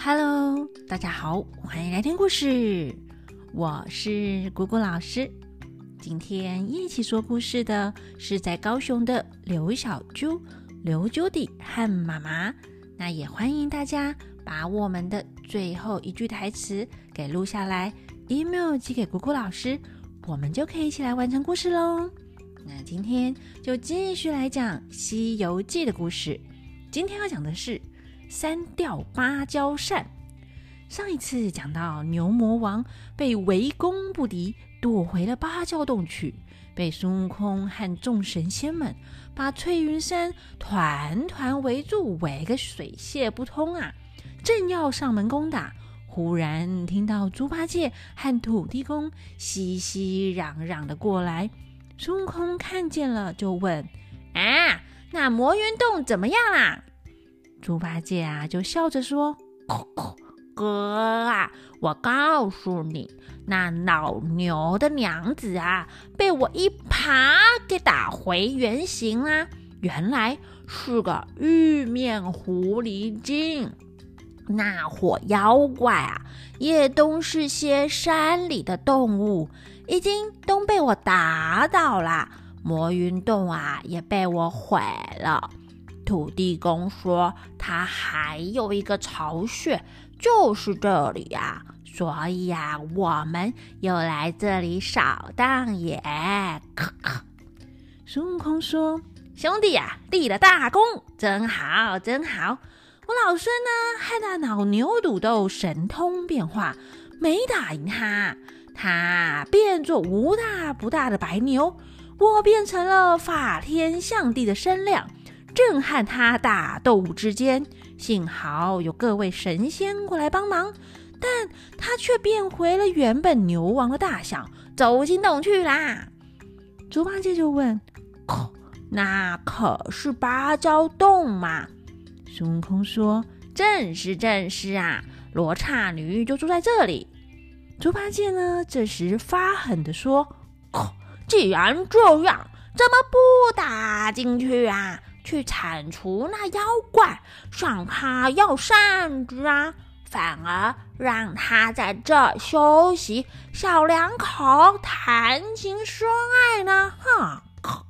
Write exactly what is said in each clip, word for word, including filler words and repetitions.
Hello， 大家好，欢迎来听故事。我是姑姑老师。今天一起说故事的是在高雄的刘小啾、刘啾弟和妈妈。那也欢迎大家把我们的最后一句台词给录下来 ，email 寄给姑姑老师，我们就可以一起来完成故事咯。那今天就继续来讲《西游记》的故事。今天要讲的是三调芭蕉扇。上一次讲到牛魔王被围攻不敌，躲回了芭蕉洞去，被孙悟空和众神仙们把翠云山团团围住，围个水泄不通啊！正要上门攻打，忽然听到猪八戒和土地公熙熙攘攘的过来。孙悟空看见了，就问：啊，那魔云洞怎么样啦？猪八戒啊，就笑着说：哥啊，我告诉你，那老牛的娘子啊，被我一耙给打回原形啦、啊。原来是个玉面狐狸精。那伙妖怪啊，也都是些山里的动物，已经都被我打倒啦。魔云洞啊，也被我毁了。土地公说他还有一个巢穴，就是这里啊，所以啊，我们又来这里扫荡也。咳咳孙悟空说：兄弟啊，立了大功，真好真好。我老孙呢，害那老牛赌斗神通变化，没打赢他，他变作无大不大的白牛，我变成了法天象地的身量，正和他打斗之间，幸好有各位神仙过来帮忙，但他却变回了原本牛王的大小，走进洞去啦。猪八戒就问：那可是芭蕉洞吗？孙悟空说：正是正是啊，罗刹女就住在这里。猪八戒呢，这时发狠地说：既然这样，怎么不打进去啊？去铲除那妖怪，向他要扇子啊，反而让他在这休息，小两口谈情说爱呢。哈，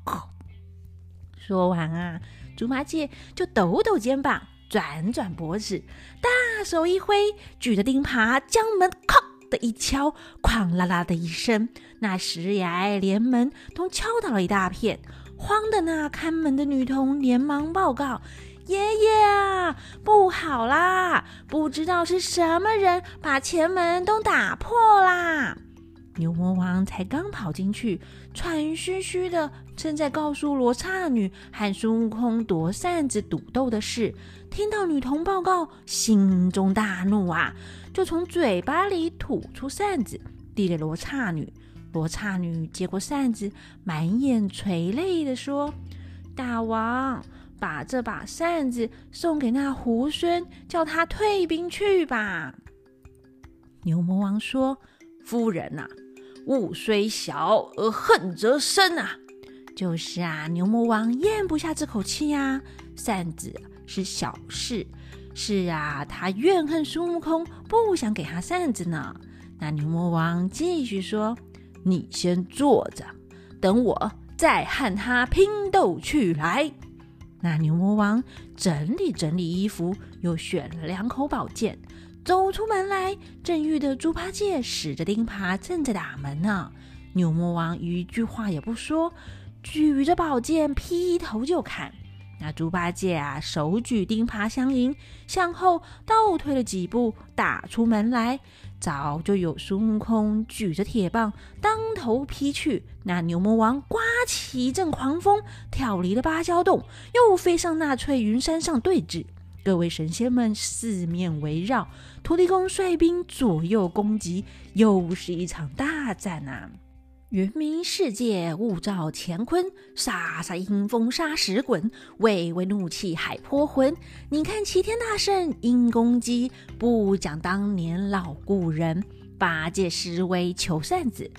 说完啊，猪八戒就抖抖肩膀，转转脖子，大手一挥，举着钉耙将门咔的一敲，哐啦啦的一声，那石崖连门都敲倒了一大片。慌的那看门的女童连忙报告：爷爷啊，不好啦，不知道是什么人把前门都打破啦。牛魔王才刚跑进去，喘吁吁的正在告诉罗刹女和孙悟空夺扇子赌斗的事，听到女童报告，心中大怒啊，就从嘴巴里吐出扇子递给罗刹女。罗刹女接过扇子，满眼垂泪地说：大王，把这把扇子送给那猢狲，叫他退兵去吧。牛魔王说：夫人啊，物虽小而恨则深啊。就是啊，牛魔王咽不下这口气啊。扇子是小事，是啊，他怨恨孙悟空，不想给他扇子呢。那牛魔王继续说：你先坐着，等我再和他拼斗去来。那牛魔王整理整理衣服，又选了两口宝剑，走出门来，正遇得猪八戒使着钉耙正在打门呢。牛魔王一句话也不说，举着宝剑劈头就砍。那猪八戒啊，手举钉耙相迎，向后倒退了几步，打出门来。早就有孙悟空举着铁棒当头劈去，那牛魔王刮起一阵狂风，跳离了芭蕉洞，又飞上那翠云山上对峙。各位神仙们四面围绕，土地公率兵左右攻击，又是一场大战啊！云明世界，雾罩乾坤，沙沙阴风沙石滚，巍巍怒气海波浑。你看齐天大圣因公鸡，不讲当年老故人，八戒施威求扇子。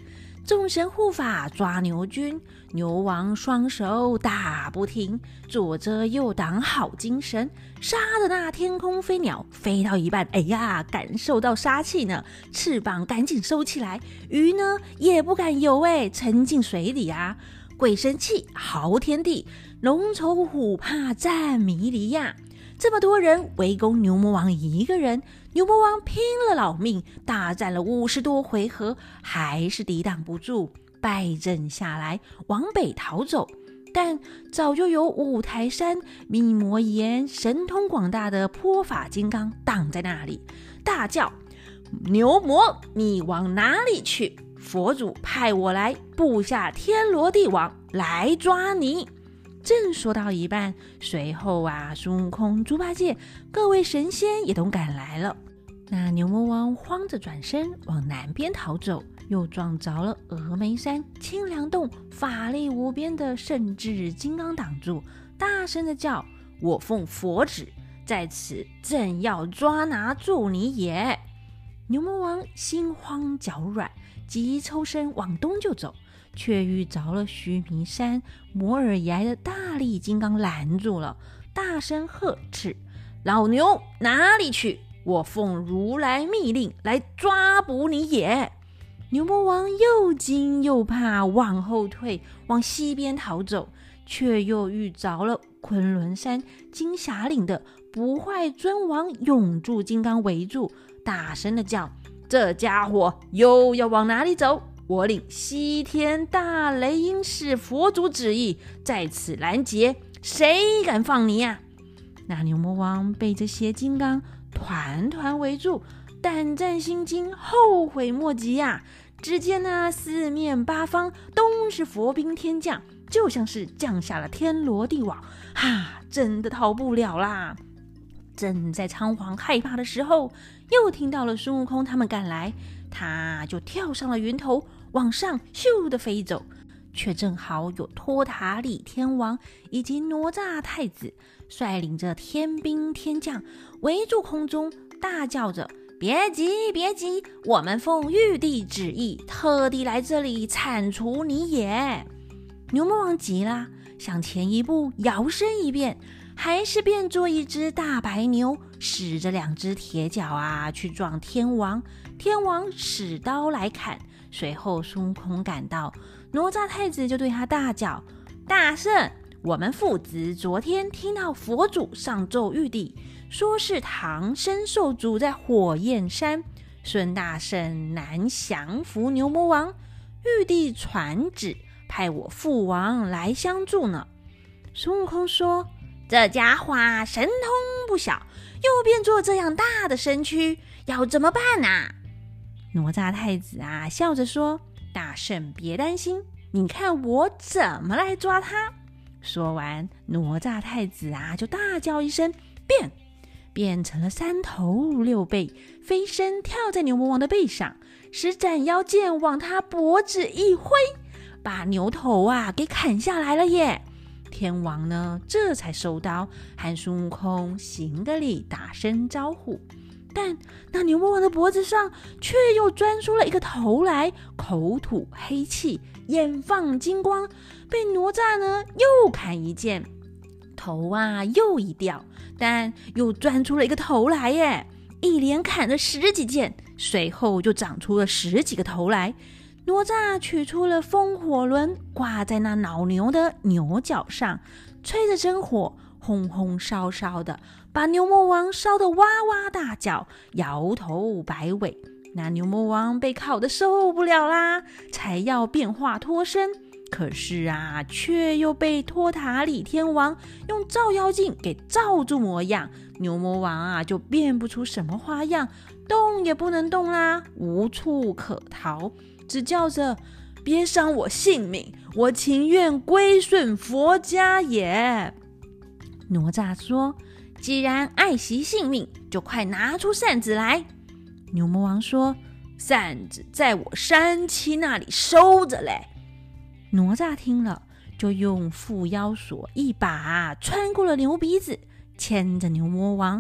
众神护法抓牛君，牛王双手打不停，左遮右挡好精神，杀的那天空飞鸟飞到一半，哎呀，感受到杀气呢，翅膀赶紧收起来，鱼呢也不敢游，哎，沉进水里啊。鬼神气嚎天地，龙愁虎怕战迷离呀。这么多人围攻牛魔王一个人，牛魔王拼了老命，大战了五十多回合，还是抵挡不住，败阵下来，往北逃走。但早就有五台山密魔岩神通广大的泼法金刚挡在那里，大叫：牛魔，你往哪里去？佛祖派我来布下天罗地网来抓你。正说到一半，随后啊，孙悟空、猪八戒各位神仙也都赶来了。那牛魔王慌着转身往南边逃走，又撞着了峨眉山、清凉洞法力无边的圣智金刚挡住，大声的叫：我奉佛旨，在此正要抓拿住你也。牛魔王心慌脚软，急抽身往东就走，却遇着了须弥山摩尔崖的大力金刚拦住了，大声呵斥：老牛哪里去？我奉如来密令来抓捕你也。牛魔王又惊又怕，往后退，往西边逃走，却又遇着了昆仑山金霞岭的不坏尊王永驻金刚围住，大声的叫：这家伙又要往哪里走？我领西天大雷音是佛祖旨意，在此拦截，谁敢放你啊？那牛魔王被这些金刚团团围住，胆战心惊，后悔莫及啊！只见那四面八方都是佛兵天将，就像是降下了天罗地网，哈，真的逃不了啦！正在仓皇害怕的时候，又听到了孙悟空他们赶来，他就跳上了云头，往上咻的飞走，却正好有托塔李天王以及哪吒太子率领着天兵天将围住空中，大叫着：别急别急，我们奉玉帝旨意，特地来这里铲除你也。牛魔王急了，向前一步，摇身一变，还是变作一只大白牛，使着两只铁脚啊去撞天王。天王使刀来砍，随后孙悟空赶到，哪吒太子就对他大叫：大圣，我们父子昨天听到佛祖上奏玉帝，说是唐僧受阻在火焰山，孙大圣难降服牛魔王，玉帝传旨派我父王来相助呢。孙悟空说：这家伙神通不小，又变作这样大的身躯，要怎么办啊？哪吒太子啊笑着说：大圣别担心，你看我怎么来抓他。说完，哪吒太子啊就大叫一声变，变成了三头六臂，飞身跳在牛魔王的背上，使斩妖剑往他脖子一挥，把牛头啊给砍下来了耶。天王呢这才收刀，和孙悟空行个礼，打声招呼。但那牛魔王的脖子上却又钻出了一个头来，口吐黑气，眼放金光，被哪吒呢又砍一剑，头啊又一掉，但又钻出了一个头来耶，一连砍了十几剑，随后就长出了十几个头来。哪吒取出了风火轮，挂在那老牛的牛角上，吹着真火，轰轰烧烧的，把牛魔王烧得哇哇大叫，摇头摆尾。那牛魔王被烤得受不了啦，才要变化脱身，可是啊，却又被托塔李天王用照妖镜给照住模样，牛魔王啊就变不出什么花样，动也不能动啦，无处可逃，只叫着：别伤我性命，我情愿归顺佛家也。哪吒说：既然爱惜性命，就快拿出扇子来。牛魔王说：扇子在我山七那里收着嘞。哪吒听了，就用缚妖索一把穿过了牛鼻子，牵着牛魔王，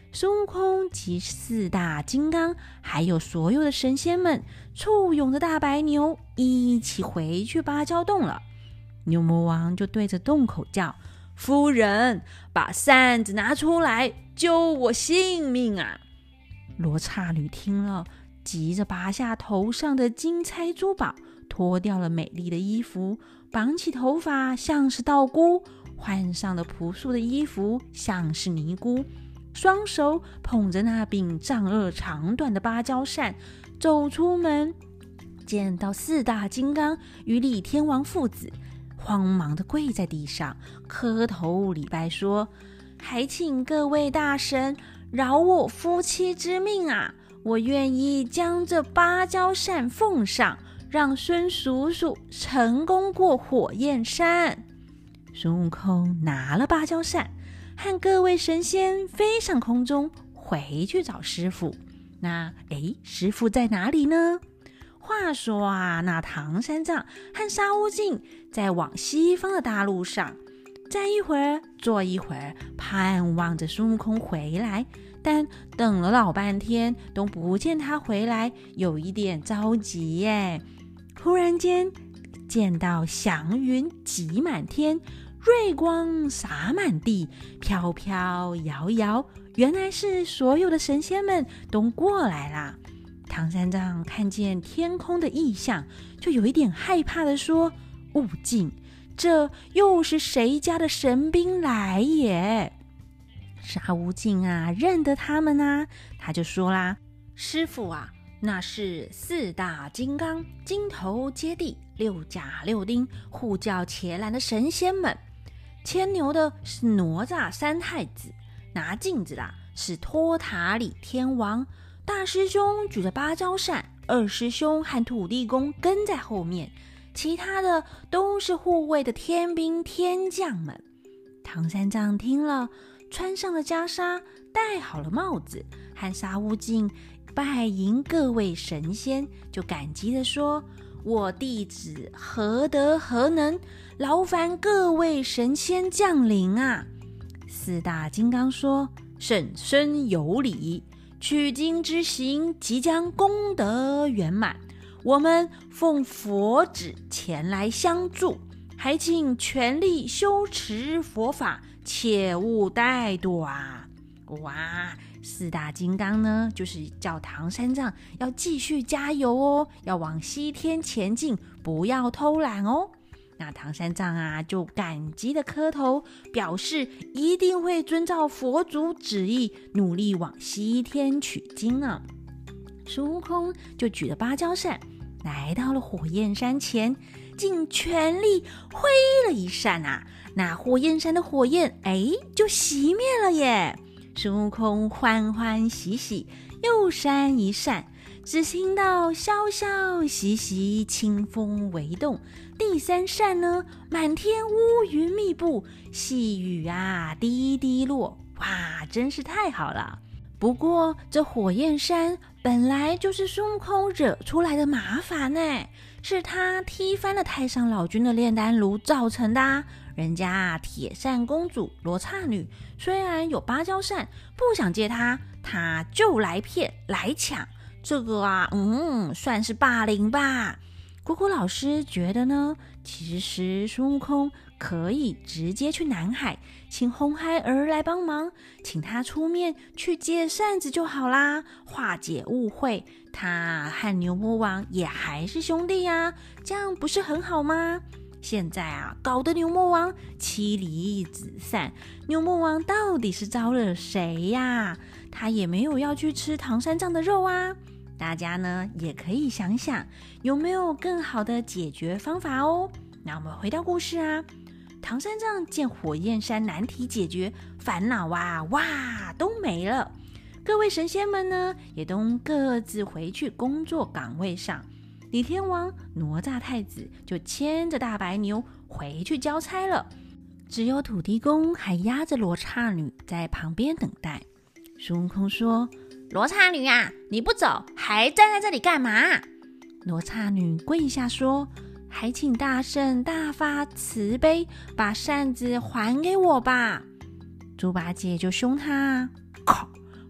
孙悟空及四大金刚还有所有的神仙们簇拥着大白牛一起回去芭蕉洞了。牛魔王就对着洞口叫：夫人，把扇子拿出来，救我性命啊！罗刹女听了，急着拔下头上的金钗珠宝，脱掉了美丽的衣服，绑起头发像是道姑，换上了朴素的衣服像是尼姑，双手捧着那柄丈二长短的芭蕉扇，走出门，见到四大金刚与李天王父子，慌忙地跪在地上磕头礼拜说：还请各位大神饶我夫妻之命啊！我愿意将这芭蕉扇奉上，让孙叔叔成功过火焰山。孙悟空拿了芭蕉扇，和各位神仙飞上空中，回去找师傅。那诶，师傅在哪里呢？话说啊，那唐三藏和沙悟净在往西方的大路上，站一会儿，坐一会儿，盼望着孙悟空回来，但等了老半天都不见他回来，有一点着急耶。忽然间见到祥云挤满天，瑞光洒满地，飘飘摇摇，原来是所有的神仙们都过来啦。唐三藏看见天空的异象，就有一点害怕的说：悟净，这又是谁家的神兵来也？沙悟净啊，认得他们啊，他就说啦：师父啊，那是四大金刚，金头接地，六甲六丁，护教伽蓝的神仙们。牵牛的是哪吒三太子，拿镜子啦是托塔李天王，大师兄举着芭蕉扇，二师兄和土地公跟在后面，其他的都是护卫的天兵天将们。唐三藏听了，穿上了袈裟，戴好了帽子，和沙悟净拜迎各位神仙，就感激地说：我弟子何德何能，劳烦各位神仙降临啊！四大金刚说：甚深有礼，取经之行即将功德圆满，我们奉佛旨前来相助，还请全力修持佛法，切勿怠惰啊！哇，四大金刚呢，就是叫唐三藏要继续加油哦，要往西天前进，不要偷懒哦。那唐三藏啊，就感激的磕头，表示一定会遵照佛祖旨意，努力往西天取经呢。孙悟空就举着芭蕉扇，来到了火焰山前，尽全力挥了一扇啊，那火焰山的火焰哎，就熄灭了耶。孙悟空欢欢喜喜，又扇一扇，只听到萧萧习习，清风微动。第三扇呢，满天乌云密布，细雨啊滴滴落，哇，真是太好了。不过这火焰山本来就是孙悟空惹出来的麻烦呢，是他踢翻了太上老君的炼丹炉造成的啊。人家铁扇公主罗刹女虽然有芭蕉扇，不想借他，他就来骗来抢，这个啊，嗯，算是霸凌吧。果果老师觉得呢，其实孙悟空可以直接去南海，请红孩儿来帮忙，请他出面去借扇子就好啦，化解误会。他和牛魔王也还是兄弟呀，这样不是很好吗？现在啊，搞得牛魔王妻离子散，牛魔王到底是招惹谁呀？他也没有要去吃唐三藏的肉啊。大家呢也可以想想有没有更好的解决方法哦。那我们回到故事啊，唐三藏见火焰山难题解决，烦恼啊哇都没了。各位神仙们呢也都各自回去工作岗位上。李天王、哪吒太子就牵着大白牛回去交差了，只有土地公还压着罗刹女在旁边等待。孙悟空说：罗刹女啊，你不走，还站在这里干嘛？罗刹女跪下说：还请大圣大发慈悲，把扇子还给我吧。猪八戒就凶他：靠，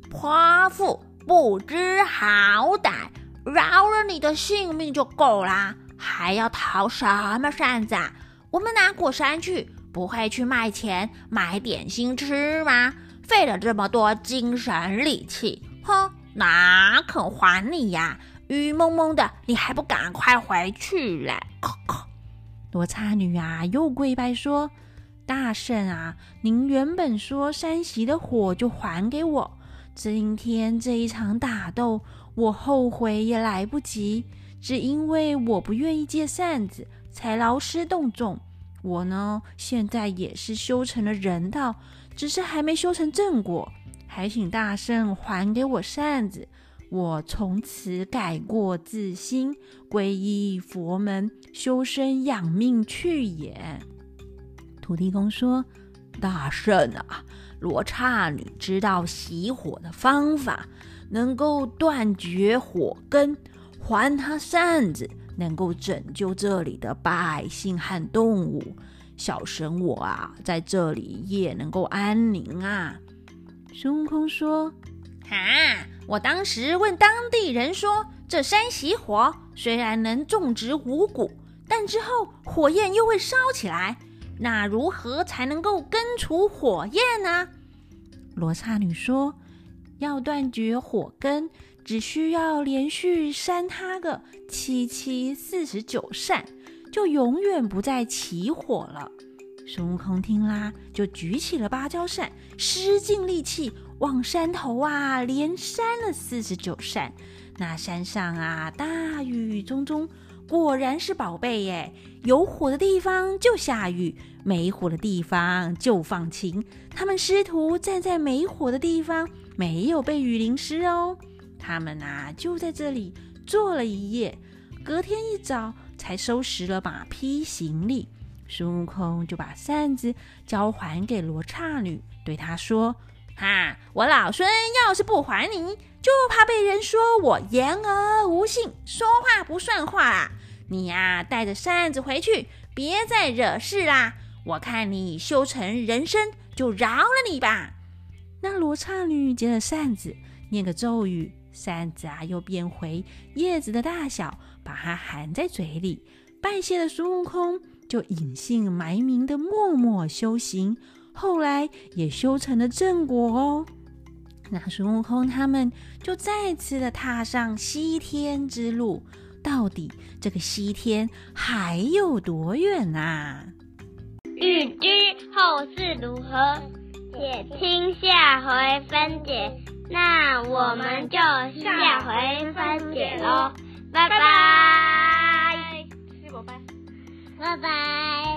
泼妇不知好歹，饶了你的性命就够啦，还要讨什么扇子啊？我们拿过山去，不会去卖钱买点心吃吗？费了这么多精神力气，哼，哪肯还你呀？雨蒙蒙的，你还不赶快回去嘞！ 罗刹女啊，又跪拜说：“大圣啊，您原本说山袭的火就还给我，今天这一场打斗，我后悔也来不及，只因为我不愿意借扇子，才劳师动众。我呢，现在也是修成了人道，只是还没修成正果，还请大圣还给我扇子。我从此改过自新，皈依佛门，修身养命去也。”土地公说：“大圣啊，罗刹女知道熄火的方法，能够断绝火根，还她扇子，能够拯救这里的百姓和动物。小神我啊，在这里也能够安宁啊。”孙悟空说：“ 哈，我当时问当地人说，这山熄火虽然能种植五谷，但之后火焰又会烧起来，那如何才能够根除火焰呢？” 罗刹女说：“要断绝火根，只需要连续扇它个七七四十九扇，就永远不再起火了。”孙悟空听啦，就举起了芭蕉扇，使尽力气往山头啊连扇了四十九扇。那山上啊大雨中中，果然是宝贝耶！有火的地方就下雨，没火的地方就放晴。他们师徒站在没火的地方，没有被雨淋湿哦。他们啊就在这里坐了一夜，隔天一早才收拾了马匹行李。孙悟空就把扇子交还给罗刹女，对她说：“ 哈，我老孙要是不还你，就怕被人说我言而无信，说话不算话啦。你呀，带着扇子回去，别再惹事啦。我看你修成人身，就饶了你吧。” 那罗刹女接着扇子，念个咒语，扇子啊又变回叶子的大小，把它含在嘴里。拜谢的孙悟空就隐姓埋名的默默修行，后来也修成了正果哦。那孙悟空他们就再次的踏上西天之路，到底这个西天还有多远啊？ 欲知后事如何，且听下回分解。那我们就下回分解咯，拜拜。 吃果拜。 拜拜。